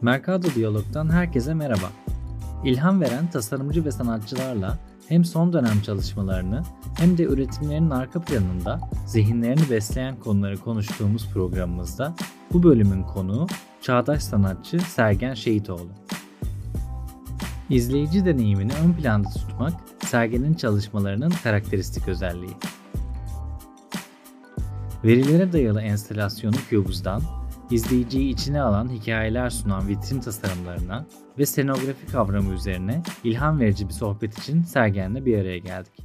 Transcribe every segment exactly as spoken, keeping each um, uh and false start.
Mercado Diyalog'dan herkese merhaba. İlham veren tasarımcı ve sanatçılarla hem son dönem çalışmalarını hem de üretimlerinin arka planında zihinlerini besleyen konuları konuştuğumuz programımızda bu bölümün konuğu çağdaş sanatçı Sergen Şehitoğlu. İzleyici deneyimini ön planda tutmak Sergen'in çalışmalarının karakteristik özelliği. Verilere dayalı enstalasyonu Cubes'dan, izleyiciyi içine alan hikayeler sunan vitrin tasarımlarına ve scenografi kavramı üzerine ilham verici bir sohbet için Sergen'le bir araya geldik.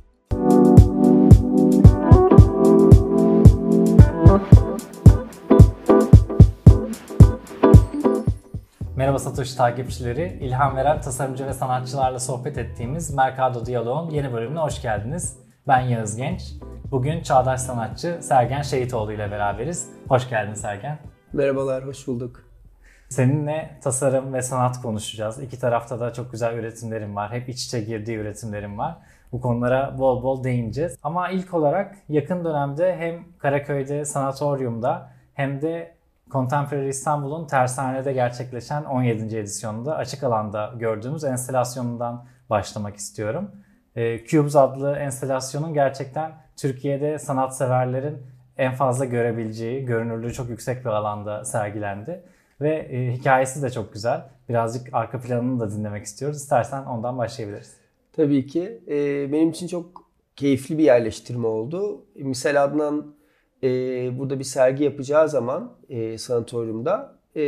Merhaba Satoshi takipçileri, ilham veren tasarımcı ve sanatçılarla sohbet ettiğimiz Mercado Diyalog'un yeni bölümüne hoş geldiniz. Ben Yağız Genç. Bugün çağdaş sanatçı Sergen Şehitoğlu ile beraberiz. Hoş geldin Sergen. Merhabalar, hoş bulduk. Seninle tasarım ve sanat konuşacağız. İki tarafta da çok güzel üretimlerim var. Hep iç içe girdiği üretimlerim var. Bu konulara bol bol değineceğiz. Ama ilk olarak yakın dönemde hem Karaköy'de Sanatoryum'da hem de Contemporary İstanbul'un Tersane'de gerçekleşen on yedinci edisyonunda açık alanda gördüğümüz enstalasyonundan başlamak istiyorum. E, Cubes adlı enstalasyonun gerçekten Türkiye'de sanatseverlerin en fazla görebileceği, görünürlüğü çok yüksek bir alanda sergilendi. Ve e, hikayesi de çok güzel. Birazcık arka planını da dinlemek istiyoruz. İstersen ondan başlayabiliriz. Tabii ki. E, benim için çok keyifli bir yerleştirme oldu. Misal Adnan e, burada bir sergi yapacağı zaman e, sanatoryumda e,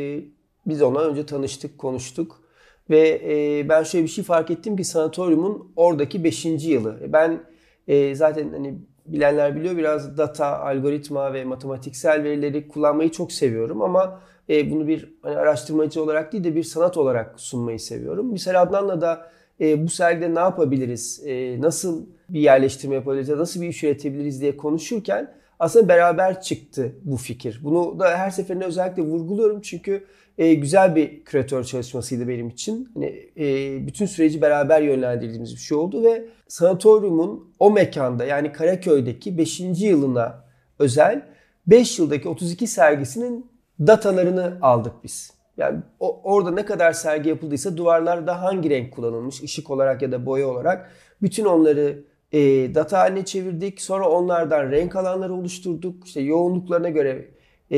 biz ondan önce tanıştık, konuştuk. Ve e, ben şöyle bir şey fark ettim ki sanatoryumun oradaki beşinci yılı. Ben e, zaten hani bilenler biliyor, biraz data, algoritma ve matematiksel verileri kullanmayı çok seviyorum ama e, bunu bir hani araştırmacı olarak değil de bir sanat olarak sunmayı seviyorum. Mesela Adnan'la da e, bu sergide ne yapabiliriz, e, nasıl bir yerleştirme yapabiliriz, nasıl bir iş üretebiliriz diye konuşurken aslında beraber çıktı bu fikir. Bunu da her seferinde özellikle vurguluyorum çünkü e, güzel bir küratör çalışmasıydı benim için. Hani, e, bütün süreci beraber yönlendirdiğimiz bir şey oldu ve sanatoryumun o mekanda, yani Karaköy'deki beşinci yılına özel beş yıldaki otuz iki sergisinin datalarını aldık biz. Yani o, orada ne kadar sergi yapıldıysa, duvarlarda hangi renk kullanılmış, ışık olarak ya da boya olarak, bütün onları e, data haline çevirdik. Sonra onlardan renk alanları oluşturduk. İşte yoğunluklarına göre e,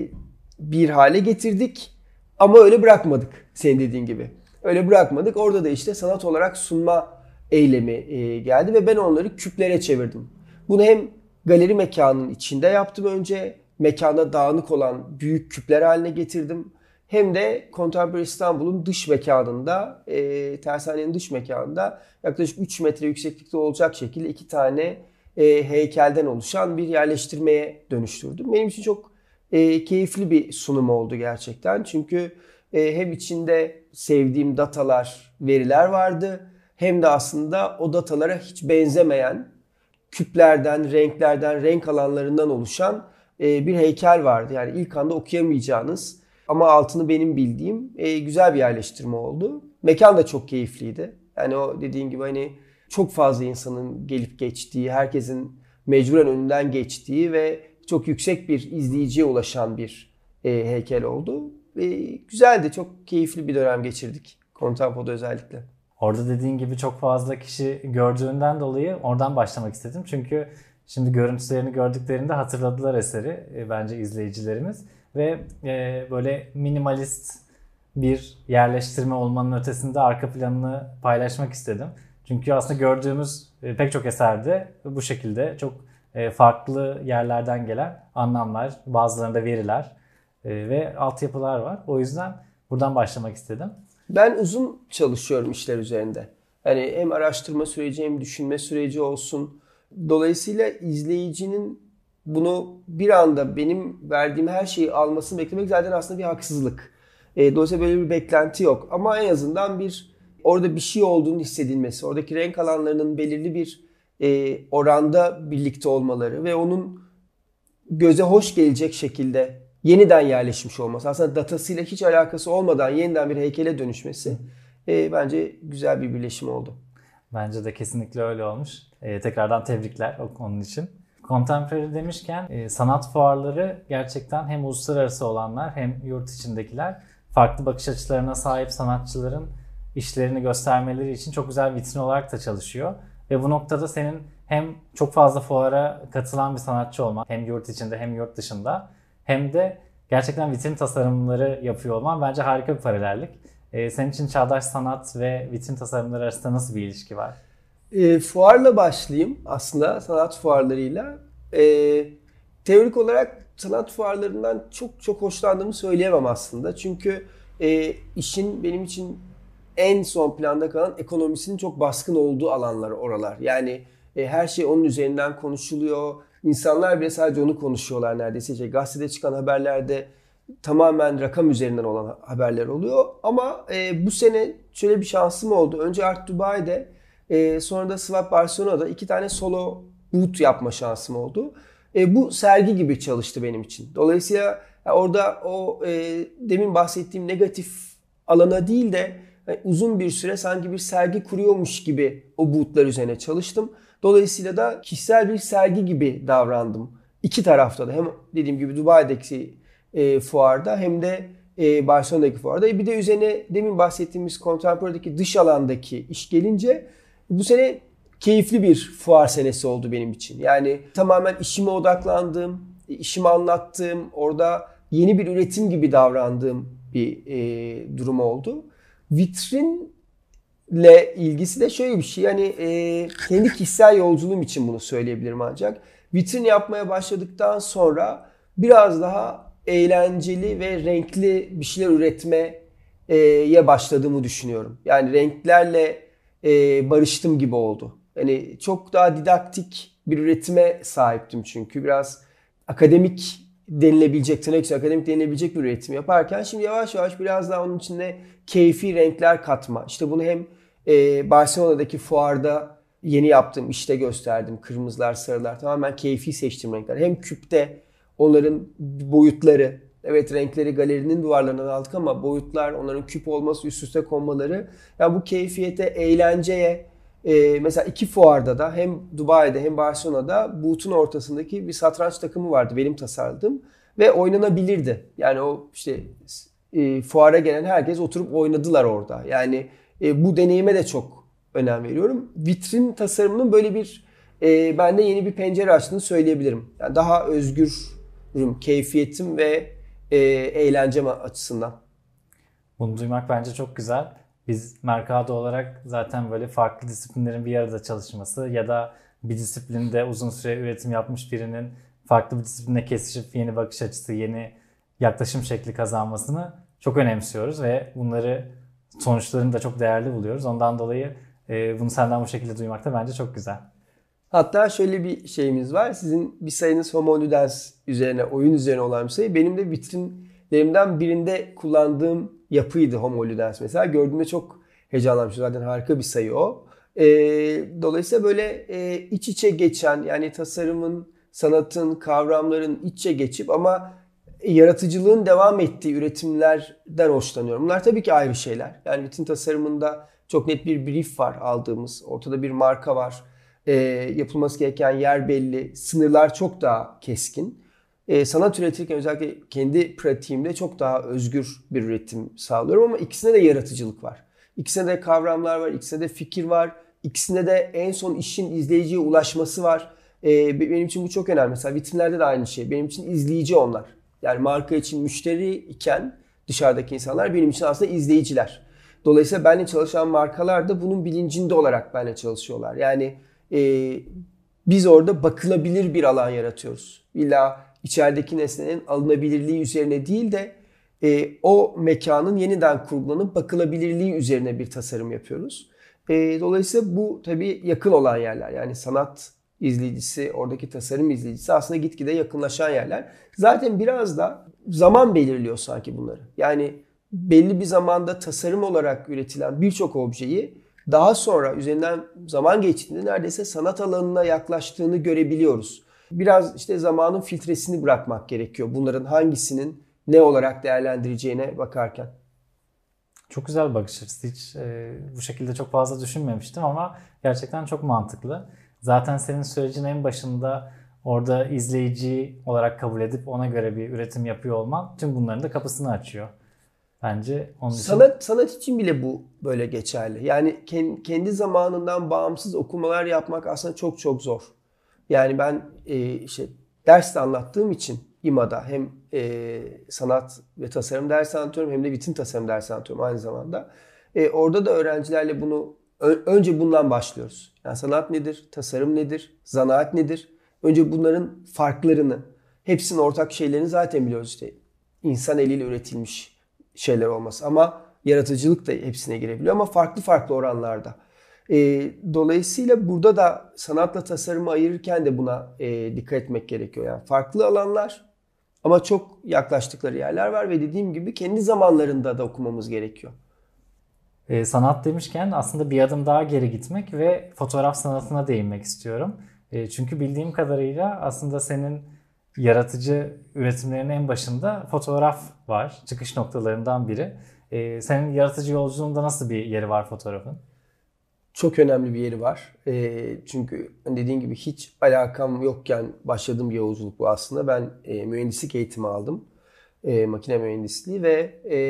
bir hale getirdik. Ama öyle bırakmadık, senin dediğin gibi. Öyle bırakmadık. Orada da işte sanat olarak sunma eylemi e, geldi ve ben onları küplere çevirdim. Bunu hem galeri mekanının içinde yaptım önce, mekanda dağınık olan büyük küpler haline getirdim. Hem de Contemporary İstanbul'un dış mekanında, e, tersanenin dış mekanında yaklaşık üç metre yükseklikte olacak şekilde iki tane e, heykelden oluşan bir yerleştirmeye dönüştürdüm. Benim için çok e, keyifli bir sunum oldu gerçekten. Çünkü e, hem içinde sevdiğim datalar, veriler vardı, hem de aslında o datalara hiç benzemeyen küplerden, renklerden, renk alanlarından oluşan e, bir heykel vardı. Yani ilk anda okuyamayacağınız ama altını benim bildiğim e, güzel bir yerleştirme oldu. Mekan da çok keyifliydi. Yani o dediğin gibi hani çok fazla insanın gelip geçtiği, herkesin mecburen önünden geçtiği ve çok yüksek bir izleyiciye ulaşan bir e, heykel oldu. E, güzeldi, çok keyifli bir dönem geçirdik. Contempo'da özellikle. Orada dediğin gibi çok fazla kişi gördüğünden dolayı oradan başlamak istedim. Çünkü şimdi görüntülerini gördüklerinde hatırladılar eseri e, bence izleyicilerimiz. Ve e, böyle minimalist bir yerleştirme olmanın ötesinde arka planını paylaşmak istedim. Çünkü aslında gördüğümüz e, pek çok eserde bu şekilde çok e, farklı yerlerden gelen anlamlar, bazılarında veriler e, ve altyapılar var. O yüzden buradan başlamak istedim. Ben uzun çalışıyorum işler üzerinde. Yani hem araştırma süreci hem düşünme süreci olsun. Dolayısıyla izleyicinin bunu bir anda benim verdiğim her şeyi almasını beklemek zaten aslında bir haksızlık. E, dolayısıyla böyle bir beklenti yok. Ama en azından bir orada bir şey olduğunu hissedilmesi, oradaki renk alanlarının belirli bir e, oranda birlikte olmaları ve onun göze hoş gelecek şekilde yeniden yerleşmiş olması, aslında datasıyla hiç alakası olmadan yeniden bir heykele dönüşmesi e, bence güzel bir birleşim oldu. Bence de kesinlikle öyle olmuş. E, tekrardan tebrikler onun için. Contemporary demişken e, sanat fuarları gerçekten hem uluslararası olanlar hem yurt içindekiler farklı bakış açılarına sahip sanatçıların işlerini göstermeleri için çok güzel vitrin olarak da çalışıyor. Ve bu noktada senin hem çok fazla fuara katılan bir sanatçı olman, hem yurt içinde hem yurt dışında, hem de gerçekten vitrin tasarımları yapıyor olman bence harika bir paralellik. Ee, senin için çağdaş sanat ve vitrin tasarımları arasında nasıl bir ilişki var? E, fuarla başlayayım aslında, sanat fuarlarıyla. E, teorik olarak sanat fuarlarından çok çok hoşlandığımı söyleyemem aslında. Çünkü e, işin benim için en son planda kalan ekonomisinin çok baskın olduğu alanlar oralar. Yani e, her şey onun üzerinden konuşuluyor. İnsanlar bile sadece onu konuşuyorlar neredeyse. İşte gazetede çıkan haberlerde tamamen rakam üzerinden olan haberler oluyor. Ama e, bu sene şöyle bir şansım oldu. Önce Art Dubai'de, e, sonra da Swap Barcelona'da iki tane solo boot yapma şansım oldu. E, bu sergi gibi çalıştı benim için. Dolayısıyla orada o e, demin bahsettiğim negatif alana değil de yani uzun bir süre sanki bir sergi kuruyormuş gibi o bootlar üzerine çalıştım. Dolayısıyla da kişisel bir sergi gibi davrandım. İki tarafta da, hem dediğim gibi Dubai'deki e, fuarda hem de e, Barcelona'daki fuarda. E, bir de üzerine demin bahsettiğimiz Contemporary'deki dış alandaki iş gelince bu sene keyifli bir fuar senesi oldu benim için. Yani tamamen işime odaklandığım, işimi anlattığım, orada yeni bir üretim gibi davrandığım bir e, durum oldu. Vitrinle ilgisi de şöyle bir şey. Yani e, kendi kişisel yolculuğum için bunu söyleyebilirim ancak. Vitrin yapmaya başladıktan sonra biraz daha eğlenceli ve renkli bir şeyler üretmeye başladığımı düşünüyorum. Yani renklerle e, barıştım gibi oldu. Yani çok daha didaktik bir üretime sahiptim çünkü. Biraz akademik denilebilecek, tırnak akademik denilebilecek bir üretim yaparken şimdi yavaş yavaş biraz daha onun içinde keyfi renkler katma. İşte bunu hem e, Barcelona'daki fuarda yeni yaptığım işte gösterdim. Kırmızılar, sarılar, tamamen keyfi seçtiğim renkler. Hem küpte onların boyutları, evet renkleri galerinin duvarlarından aldık ama boyutlar, onların küp olması, üst üste konmaları. Yani bu keyfiyete, eğlenceye, e, mesela iki fuarda da hem Dubai'de hem Barcelona'da boot'un ortasındaki bir satranç takımı vardı benim tasarladığım ve oynanabilirdi. Yani o işte e, fuara gelen herkes oturup oynadılar orada. Yani e, bu deneyime de çok önem veriyorum. Vitrin tasarımının böyle bir e, bende yeni bir pencere açtığını söyleyebilirim. Yani daha özgürüm, keyfiyetim ve e, eğlencem açısından. Bunu duymak bence çok güzel. Biz Mercado olarak zaten böyle farklı disiplinlerin bir arada çalışması ya da bir disiplinde uzun süre üretim yapmış birinin farklı bir disipline kesişip yeni bakış açısı, yeni yaklaşım şekli kazanmasını çok önemsiyoruz ve bunları, sonuçlarını da çok değerli buluyoruz. Ondan dolayı e, bunu senden bu şekilde duymak da bence çok güzel. Hatta şöyle bir şeyimiz var. Sizin bir sayınız Homo Ludens üzerine, oyun üzerine olan bir sayı. Benim de vitrinlerimden birinde kullandığım yapıydı Homo Ludens mesela. Gördüğümde çok heyecanlanmıştım. Zaten harika bir sayı o. E, dolayısıyla böyle e, iç içe geçen, yani tasarımın, sanatın, kavramların iç içe geçip ama yaratıcılığın devam ettiği üretimlerden hoşlanıyorum. Bunlar tabii ki ayrı şeyler. Yani vitrin tasarımında çok net bir brief var aldığımız. Ortada bir marka var. E, yapılması gereken yer belli. Sınırlar çok daha keskin. E, sanat üretirken özellikle kendi pratiğimde çok daha özgür bir üretim sağlıyorum ama ikisinde de yaratıcılık var. İkisinde de kavramlar var, ikisinde de fikir var. İkisinde de en son işin izleyiciye ulaşması var. E, benim için bu çok önemli. Mesela vitrinlerde de aynı şey. Benim için izleyici onlar. Yani marka için müşteri iken dışarıdaki insanlar benim için aslında izleyiciler. Dolayısıyla benimle çalışan markalar da bunun bilincinde olarak benimle çalışıyorlar. Yani e, biz orada bakılabilir bir alan yaratıyoruz. İlla içerideki nesnenin alınabilirliği üzerine değil de e, o mekanın yeniden kurgulanıp bakılabilirliği üzerine bir tasarım yapıyoruz. E, dolayısıyla bu tabii yakın olan yerler. Yani sanat izleyicisi, oradaki tasarım izleyicisi aslında gitgide yakınlaşan yerler. Zaten biraz da zaman belirliyor sanki bunları. Yani belli bir zamanda tasarım olarak üretilen birçok objeyi daha sonra üzerinden zaman geçtiğinde neredeyse sanat alanına yaklaştığını görebiliyoruz. Biraz işte zamanın filtresini bırakmak gerekiyor. Bunların hangisinin ne olarak değerlendireceğine bakarken. Çok güzel bir bakış açısı. Hiç e, bu şekilde çok fazla düşünmemiştim ama gerçekten çok mantıklı. Zaten senin sürecin en başında orada izleyici olarak kabul edip ona göre bir üretim yapıyor olman tüm bunların da kapısını açıyor. Bence onun için... Sanat, sanat için bile bu böyle geçerli. Yani kendi zamanından bağımsız okumalar yapmak aslında çok çok zor. Yani ben e, işte derste anlattığım için İMA'da hem e, sanat ve tasarım dersi anlatıyorum hem de vitrin tasarım dersi anlatıyorum aynı zamanda. E, orada da öğrencilerle bunu önce bundan başlıyoruz. Yani sanat nedir, tasarım nedir, zanaat nedir? Önce bunların farklarını, hepsinin ortak şeylerini zaten biliyoruz işte. İnsan eliyle üretilmiş şeyler olması ama yaratıcılık da hepsine girebiliyor ama farklı farklı oranlarda. E, dolayısıyla burada da sanatla tasarımı ayırırken de buna e, dikkat etmek gerekiyor. Yani farklı alanlar ama çok yaklaştıkları yerler var ve dediğim gibi kendi zamanlarında da okumamız gerekiyor. E, sanat demişken aslında bir adım daha geri gitmek ve fotoğraf sanatına değinmek istiyorum. E, çünkü bildiğim kadarıyla aslında senin yaratıcı üretimlerinin en başında fotoğraf var. Çıkış noktalarından biri. E, senin yaratıcı yolculuğunda nasıl bir yeri var fotoğrafın? Çok önemli bir yeri var. E, çünkü dediğim gibi hiç alakam yokken başladığım bir yolculuk bu aslında. Ben e, mühendislik eğitimi aldım. E, makine mühendisliği ve e,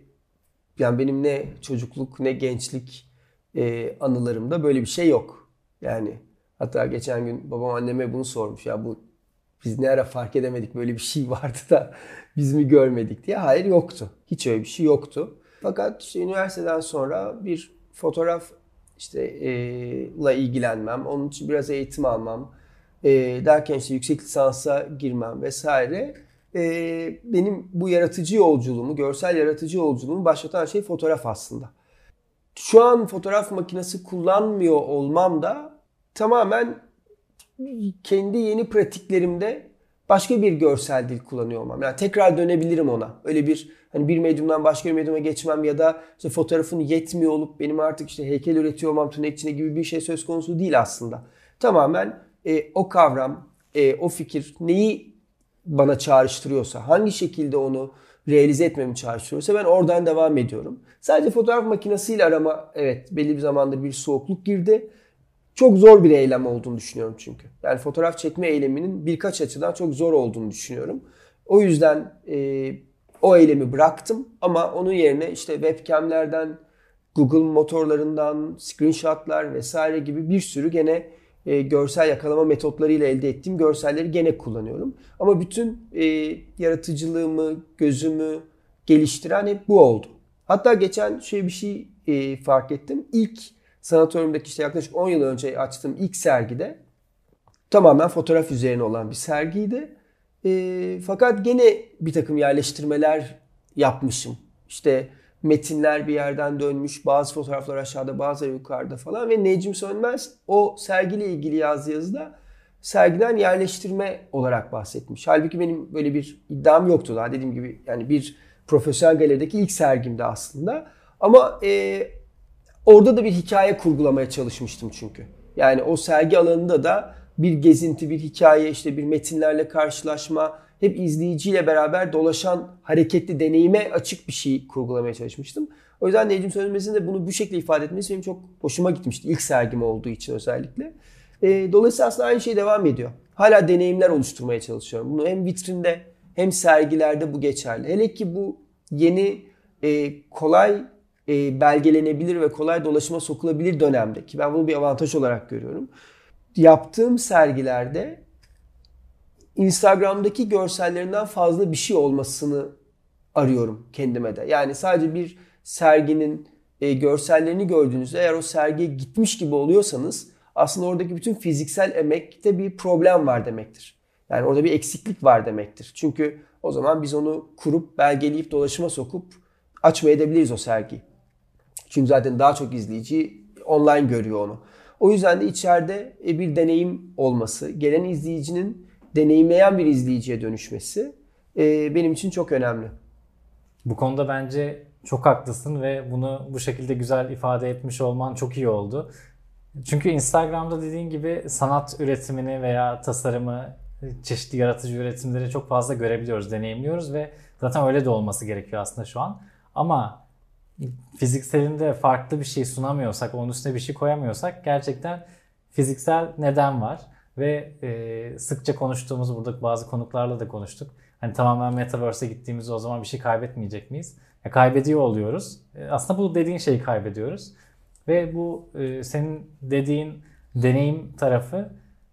yani benim ne çocukluk ne gençlik e, anılarımda böyle bir şey yok. Yani hatta geçen gün babam anneme bunu sormuş. Ya bu biz ne ara fark edemedik böyle bir şey vardı da biz mi görmedik diye. Hayır yoktu. Hiç öyle bir şey yoktu. Fakat işte üniversiteden sonra bir fotoğraf işte e, la ilgilenmem, onun için biraz eğitim almam, e, derken işte yüksek lisansa girmem vesaire. E, benim bu yaratıcı yolculuğumu, görsel yaratıcı yolculuğumu başlatan şey fotoğraf aslında. Şu an fotoğraf makinesi kullanmıyor olmam da tamamen kendi yeni pratiklerimde başka bir görsel dil kullanıyor olmam. Yani tekrar dönebilirim ona. Öyle bir hani bir medyumdan başka bir medyuma geçmem ya da işte fotoğrafın yetmiyor olup benim artık işte heykel üretiyor olmam tırnak içinde gibi bir şey söz konusu değil aslında. Tamamen e, o kavram, e, o fikir neyi bana çağrıştırıyorsa, hangi şekilde onu realize etmemi çağrıştırıyorsa ben oradan devam ediyorum. Sadece fotoğraf makinesiyle arama evet belli bir zamandır bir soğukluk girdi. Çok zor bir eylem olduğunu düşünüyorum çünkü. Yani fotoğraf çekme eyleminin birkaç açıdan çok zor olduğunu düşünüyorum. O yüzden e, o eylemi bıraktım ama onun yerine işte webcamlerden, Google motorlarından, screenshotlar vesaire gibi bir sürü gene e, görsel yakalama metotlarıyla elde ettiğim görselleri gene kullanıyorum. Ama bütün e, yaratıcılığımı, gözümü geliştiren hep bu oldu. Hatta geçen şöyle bir şey e, fark ettim. İlk sanatoryumdaki işte yaklaşık on yıl önce açtığım ilk sergide tamamen fotoğraf üzerine olan bir sergiydi. E, fakat gene bir takım yerleştirmeler yapmışım. İşte metinler bir yerden dönmüş, bazı fotoğraflar aşağıda, bazıları yukarıda falan ve Necim Sönmez o sergiyle ilgili yazdığı yazıda sergiden yerleştirme olarak bahsetmiş. Halbuki benim böyle bir iddiam yoktu daha dediğim gibi yani bir profesyonel galerideki ilk sergimdi aslında. Ama e, orada da bir hikaye kurgulamaya çalışmıştım çünkü. Yani o sergi alanında da bir gezinti, bir hikaye, işte bir metinlerle karşılaşma, hep izleyiciyle beraber dolaşan hareketli deneyime açık bir şey kurgulamaya çalışmıştım. O yüzden Necim Sönmez'in de bunu bu şekilde ifade etmesi benim çok hoşuma gitmişti. İlk sergim olduğu için özellikle. E, dolayısıyla aslında aynı şey devam ediyor. Hala deneyimler oluşturmaya çalışıyorum. Bunu hem vitrinde hem sergilerde bu geçerli. Hele ki bu yeni e, kolay e, belgelenebilir ve kolay dolaşıma sokulabilir dönemde ki ben bunu bir avantaj olarak görüyorum. Yaptığım sergilerde Instagram'daki görsellerinden fazla bir şey olmasını arıyorum kendime de. Yani sadece bir serginin e, görsellerini gördüğünüzde eğer o sergiye gitmiş gibi oluyorsanız aslında oradaki bütün fiziksel emekte bir problem var demektir. Yani orada bir eksiklik var demektir. Çünkü o zaman biz onu kurup, belgeleyip, dolaşıma sokup açmayabiliriz o sergiyi. Çünkü zaten daha çok izleyici online görüyor onu. O yüzden de içeride bir deneyim olması, gelen izleyicinin deneyimleyen bir izleyiciye dönüşmesi benim için çok önemli. Bu konuda bence çok haklısın ve bunu bu şekilde güzel ifade etmiş olman çok iyi oldu. Çünkü Instagram'da dediğin gibi sanat üretimini veya tasarımı, çeşitli yaratıcı üretimleri çok fazla görebiliyoruz, deneyimliyoruz ve zaten öyle de olması gerekiyor aslında şu an. Ama fizikselinde farklı bir şey sunamıyorsak, onun üstüne bir şey koyamıyorsak gerçekten fiziksel neden var. Ve e, sıkça konuştuğumuz, burada bazı konuklarla da konuştuk. Hani tamamen Metaverse'e gittiğimizde o zaman bir şey kaybetmeyecek miyiz? E, kaybediyor oluyoruz. E, aslında bu dediğin şeyi kaybediyoruz. Ve bu e, senin dediğin deneyim tarafı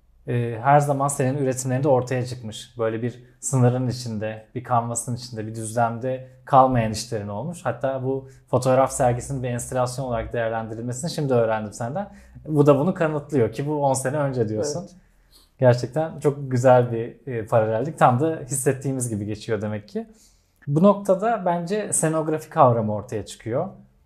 e, her zaman senin üretimlerinde ortaya çıkmış. Böyle bir sınırın içinde, bir kanvasın içinde, bir düzlemde kalmayan işlerin olmuş. Hatta bu fotoğraf sergisinin bir enstalasyon olarak değerlendirilmesini şimdi öğrendim senden. Bu da bunu kanıtlıyor ki bu on sene önce diyorsun. Evet. Gerçekten çok güzel bir e, paralellik. Tam da hissettiğimiz gibi geçiyor demek ki. Bu noktada bence scenografi kavramı ortaya çıkıyor.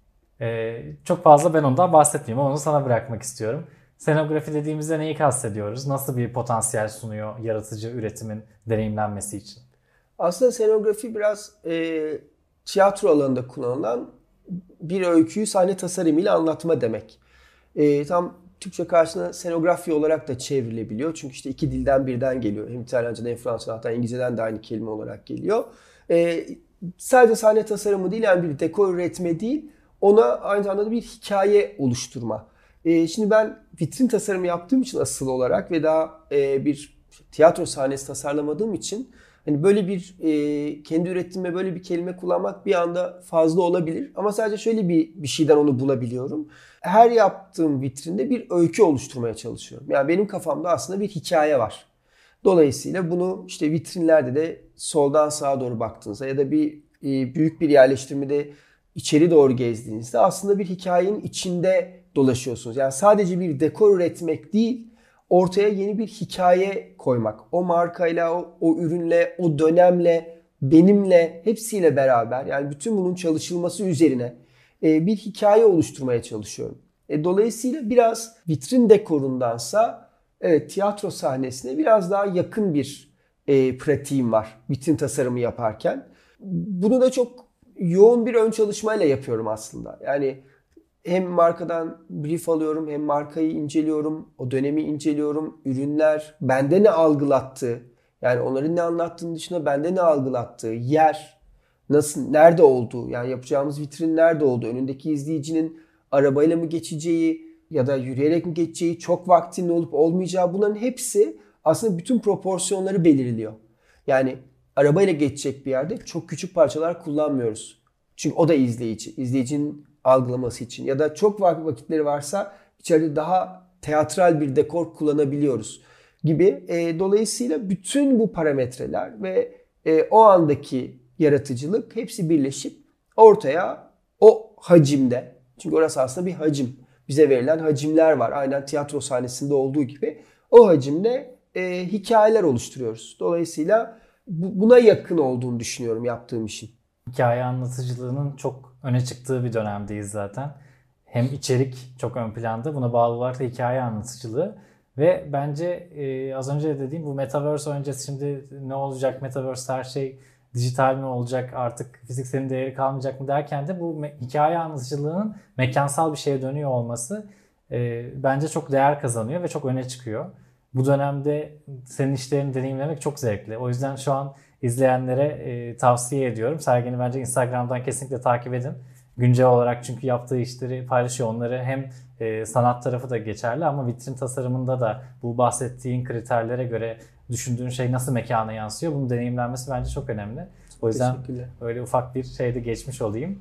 Ee, çok fazla ben ondan bahsetmeyeyim ama onu sana bırakmak istiyorum. Scenografi dediğimizde neyi kastediyoruz? Nasıl bir potansiyel sunuyor yaratıcı üretimin deneyimlenmesi için? Aslında scenografi biraz e, tiyatro alanında kullanılan bir öyküyü sahne tasarımıyla anlatma demek. E, tam Türkçe karşısına scenografi olarak da çevrilebiliyor. Çünkü işte iki dilden birden geliyor. Hem İtalyancadan hem Fransızcadan, hatta İngilizceden de aynı kelime olarak geliyor. E, sadece sahne tasarımı değil, yani bir dekor üretme değil, ona aynı zamanda bir hikaye oluşturma. E, şimdi ben vitrin tasarımı yaptığım için asıl olarak ve daha e, bir tiyatro sahnesi tasarlamadığım için hani böyle bir e, kendi ürettiğimde böyle bir kelime kullanmak bir anda fazla olabilir. Ama sadece şöyle bir, bir şeyden onu bulabiliyorum. Her yaptığım vitrinde bir öykü oluşturmaya çalışıyorum. Yani benim kafamda aslında bir hikaye var. Dolayısıyla bunu işte vitrinlerde de soldan sağa doğru baktığınızda ya da bir e, büyük bir yerleştirmede içeri doğru gezdiğinizde aslında bir hikayenin içinde dolaşıyorsunuz. Yani sadece bir dekor üretmek değil, ortaya yeni bir hikaye koymak. O markayla, o, o ürünle, o dönemle, benimle, hepsiyle beraber, yani bütün bunun çalışılması üzerine e, bir hikaye oluşturmaya çalışıyorum. E, dolayısıyla biraz vitrin dekorundansa evet, tiyatro sahnesine biraz daha yakın bir e, pratiğim var vitrin tasarımı yaparken. Bunu da çok yoğun bir ön çalışmayla yapıyorum aslında. Yani hem markadan brief alıyorum, hem markayı inceliyorum, o dönemi inceliyorum, ürünler bende ne algılattı, yani onların ne anlattığının dışında bende ne algılattığı, yer, nasıl, nerede olduğu, yani yapacağımız vitrin nerede olduğu, önündeki izleyicinin arabayla mı geçeceği ya da yürüyerek mi geçeceği, çok vaktinin olup olmayacağı, bunların hepsi aslında bütün proporsiyonları belirliyor. Yani arabayla geçecek bir yerde çok küçük parçalar kullanmıyoruz. Çünkü o da izleyici, izleyicinin algılaması için. Ya da çok vakitleri varsa içeride daha teatral bir dekor kullanabiliyoruz gibi. E, dolayısıyla bütün bu parametreler ve e, o andaki yaratıcılık hepsi birleşip ortaya o hacimde, çünkü orası aslında bir hacim, bize verilen hacimler var. Aynen tiyatro sahnesinde olduğu gibi o hacimde e, hikayeler oluşturuyoruz. Dolayısıyla bu, buna yakın olduğunu düşünüyorum yaptığım işin. Hikaye anlatıcılığının çok öne çıktığı bir dönemdeyiz zaten. Hem içerik çok ön planda, buna bağlı olarak da hikaye anlatıcılığı. Ve bence e, az önce de dediğim bu Metaverse öncesi, şimdi ne olacak, Metaverse her şey dijital mi olacak, artık fizikselin değeri kalmayacak mı derken de bu me- hikaye anlatıcılığının mekansal bir şeye dönüyor olması e, bence çok değer kazanıyor ve çok öne çıkıyor. Bu dönemde senin işlerini deneyimlemek çok zevkli. O yüzden şu an izleyenlere e, tavsiye ediyorum. Sergen'i bence Instagram'dan kesinlikle takip edin. Güncel olarak, çünkü yaptığı işleri paylaşıyor. Onları hem e, sanat tarafı da geçerli ama vitrin tasarımında da bu bahsettiğin kriterlere göre düşündüğün şey nasıl mekana yansıyor, bunun deneyimlenmesi bence çok önemli. O yüzden öyle ufak bir şeyde geçmiş olayım.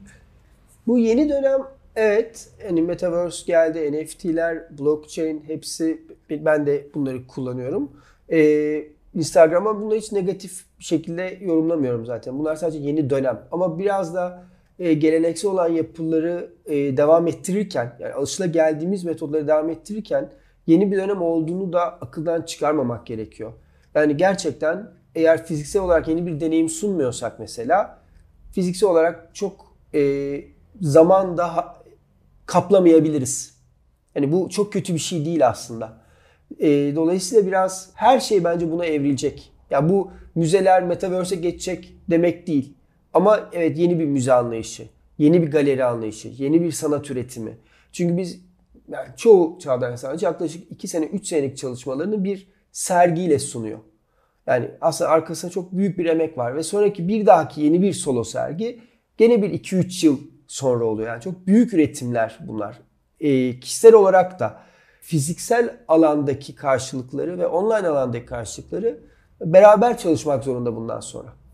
Bu yeni dönem, evet, hani Metaverse geldi, N F T'ler, blockchain, hepsi, ben de bunları kullanıyorum. Ee, Instagram'a bunları hiç negatif bir şekilde yorumlamıyorum zaten. Bunlar sadece yeni dönem. Ama biraz da e, geleneksel olan yapıları e, devam ettirirken, yani alışılageldiğimiz metodları devam ettirirken yeni bir dönem olduğunu da akıldan çıkarmamak gerekiyor. Yani gerçekten eğer fiziksel olarak yeni bir deneyim sunmuyorsak mesela, fiziksel olarak çok e, zaman daha kaplamayabiliriz. Yani bu çok kötü bir şey değil aslında. E, dolayısıyla biraz her şey bence buna evrilecek. Yani bu müzeler Metaverse'e geçecek demek değil. Ama evet, yeni bir müze anlayışı, yeni bir galeri anlayışı, yeni bir sanat üretimi. Çünkü biz, yani çoğu çağdaş sanatçı yaklaşık iki sene, üç senelik çalışmalarını bir sergiyle sunuyor. Yani aslında arkasında çok büyük bir emek var ve sonraki bir dahaki yeni bir solo sergi gene bir iki üç yıl sonra oluyor. Yani çok büyük üretimler bunlar. E, kişisel olarak da fiziksel alandaki karşılıkları ve online alandaki karşılıkları beraber çalışmak zorunda bundan sonra.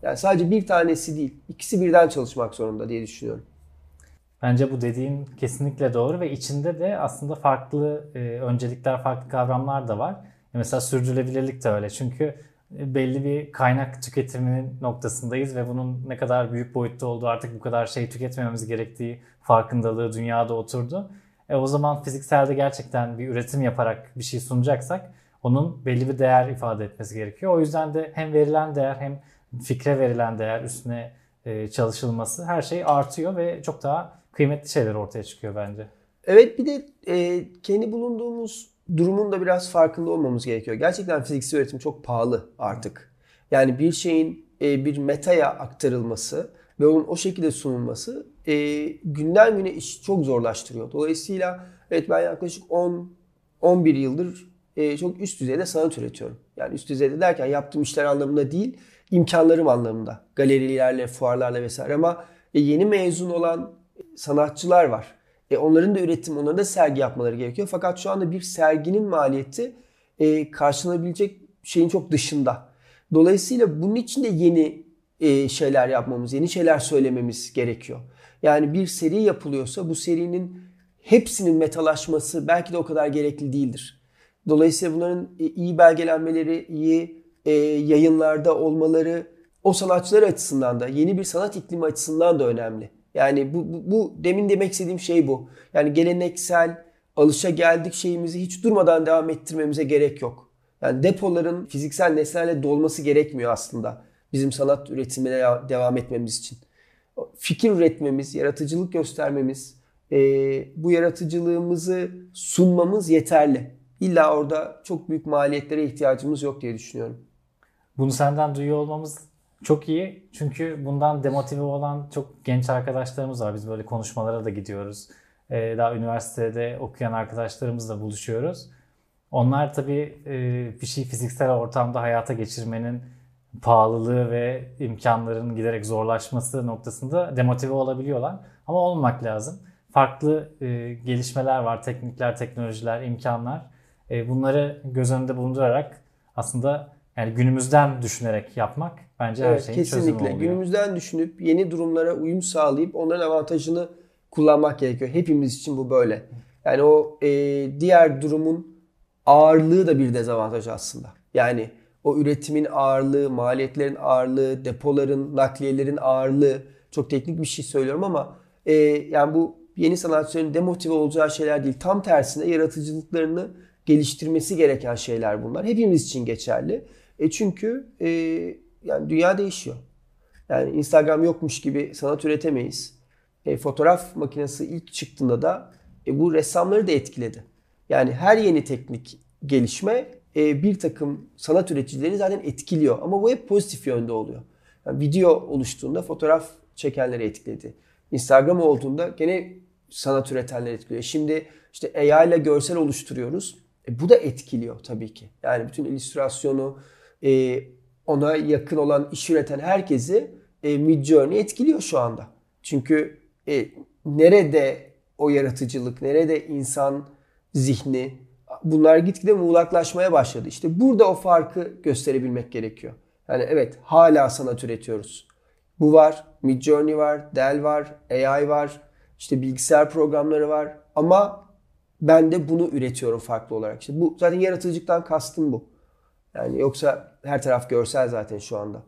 Yani sadece bir tanesi değil, ikisi birden çalışmak zorunda diye düşünüyorum. Bence bu dediğin kesinlikle doğru ve içinde de aslında farklı e, öncelikler, farklı kavramlar da var. Mesela sürdürülebilirlik de öyle. Çünkü belli bir kaynak tüketiminin noktasındayız ve bunun ne kadar büyük boyutta olduğu, artık bu kadar şey tüketmememiz gerektiği farkındalığı dünyada oturdu. E o zaman fizikselde gerçekten bir üretim yaparak bir şey sunacaksak onun belli bir değer ifade etmesi gerekiyor. O yüzden de hem verilen değer hem fikre verilen değer, üstüne e, çalışılması, her şey artıyor ve çok daha kıymetli şeyler ortaya çıkıyor bence. Evet, bir de e, kendi bulunduğumuz durumun da biraz farkında olmamız gerekiyor. Gerçekten fiziksel üretim çok pahalı artık. Yani bir şeyin e, bir metaya aktarılması ve onun o şekilde sunulması e, günden güne işi çok zorlaştırıyor. Dolayısıyla evet, ben yaklaşık on on bir yıldır e, çok üst düzeyde sanat üretiyorum. Yani üst düzeyde derken yaptığım işler anlamında değil, imkanlarım anlamında. Galerilerle, fuarlarla vesaire. Ama e, yeni mezun olan sanatçılar var. E onların da üretim, onların da sergi yapmaları gerekiyor. Fakat şu anda bir serginin maliyeti e, karşılanabilecek şeyin çok dışında. Dolayısıyla bunun için de yeni e, şeyler yapmamız, yeni şeyler söylememiz gerekiyor. Yani bir seri yapılıyorsa bu serinin hepsinin metalaşması belki de o kadar gerekli değildir. Dolayısıyla bunların e, iyi belgelenmeleri, iyi e, yayınlarda olmaları o sanatçılar açısından da, yeni bir sanat iklimi açısından da önemli. Yani bu, bu, bu demin demek istediğim şey bu. Yani geleneksel, alışageldik şeyimizi hiç durmadan devam ettirmemize gerek yok. Yani depoların fiziksel nesnelerle dolması gerekmiyor aslında bizim sanat üretimine devam etmemiz için. Fikir üretmemiz, yaratıcılık göstermemiz, e, bu yaratıcılığımızı sunmamız yeterli. İlla orada çok büyük maliyetlere ihtiyacımız yok diye düşünüyorum. Bunu senden duyuyor olmamız çok iyi. Çünkü bundan demotive olan çok genç arkadaşlarımız var. Biz böyle konuşmalara da gidiyoruz. Ee, daha üniversitede okuyan arkadaşlarımızla buluşuyoruz. Onlar tabii e, bir şey fiziksel ortamda hayata geçirmenin pahalılığı ve imkanların giderek zorlaşması noktasında demotive olabiliyorlar. Ama olmamak lazım. Farklı e, gelişmeler var, teknikler, teknolojiler, imkanlar. E, bunları göz önünde bulundurarak aslında yani günümüzden düşünerek yapmak bence evet, her şeyin kesinlikle. çözümü oluyor. Günümüzden düşünüp yeni durumlara uyum sağlayıp onların avantajını kullanmak gerekiyor. Hepimiz için bu böyle. Yani o e, diğer durumun ağırlığı da bir dezavantaj aslında. Yani o üretimin ağırlığı, maliyetlerin ağırlığı, depoların, nakliyelerin ağırlığı, çok teknik bir şey söylüyorum ama e, yani bu yeni sanatçıların demotive olacağı şeyler değil. Tam tersine yaratıcılıklarını geliştirmesi gereken şeyler bunlar. Hepimiz için geçerli. E çünkü e, yani dünya değişiyor. Yani Instagram yokmuş gibi sanat üretemeyiz. E, fotoğraf makinesi ilk çıktığında da e, bu ressamları da etkiledi. Yani her yeni teknik gelişme e, bir takım sanat üreticilerini zaten etkiliyor. Ama bu hep pozitif yönde oluyor. Yani video oluştuğunda fotoğraf çekenleri etkiledi. Instagram olduğunda gene sanat üretenleri etkiliyor. Şimdi işte A I ile görsel oluşturuyoruz. E, bu da etkiliyor tabii ki. Yani bütün illüstrasyonu, e, ona yakın olan iş üreten herkesi e, Midjourney etkiliyor şu anda. Çünkü e, nerede o yaratıcılık, nerede insan zihni, bunlar gitgide muğlaklaşmaya başladı. İşte burada o farkı gösterebilmek gerekiyor. Yani evet, hala sanat üretiyoruz. Bu var, Midjourney var, Dell var, A I var, işte bilgisayar programları var ama ben de bunu üretiyorum farklı olarak. İşte bu zaten yaratıcılıktan kastım bu. Yani yoksa her taraf görsel zaten şu anda.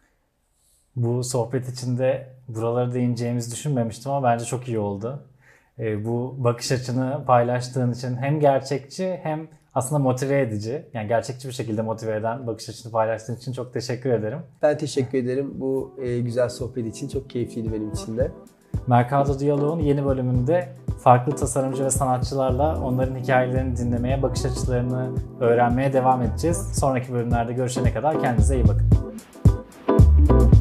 Bu sohbet içinde buraları değineceğimizi düşünmemiştim ama bence çok iyi oldu. E, bu bakış açını paylaştığın için hem gerçekçi hem aslında motive edici. Yani gerçekçi bir şekilde motive eden bakış açını paylaştığın için çok teşekkür ederim. Ben teşekkür ederim. Bu e, güzel sohbet için çok keyifliydi benim için de. Mercado Diyalog'un yeni bölümünde farklı tasarımcı ve sanatçılarla onların hikayelerini dinlemeye, bakış açılarını öğrenmeye devam edeceğiz. Sonraki bölümlerde görüşene kadar kendinize iyi bakın.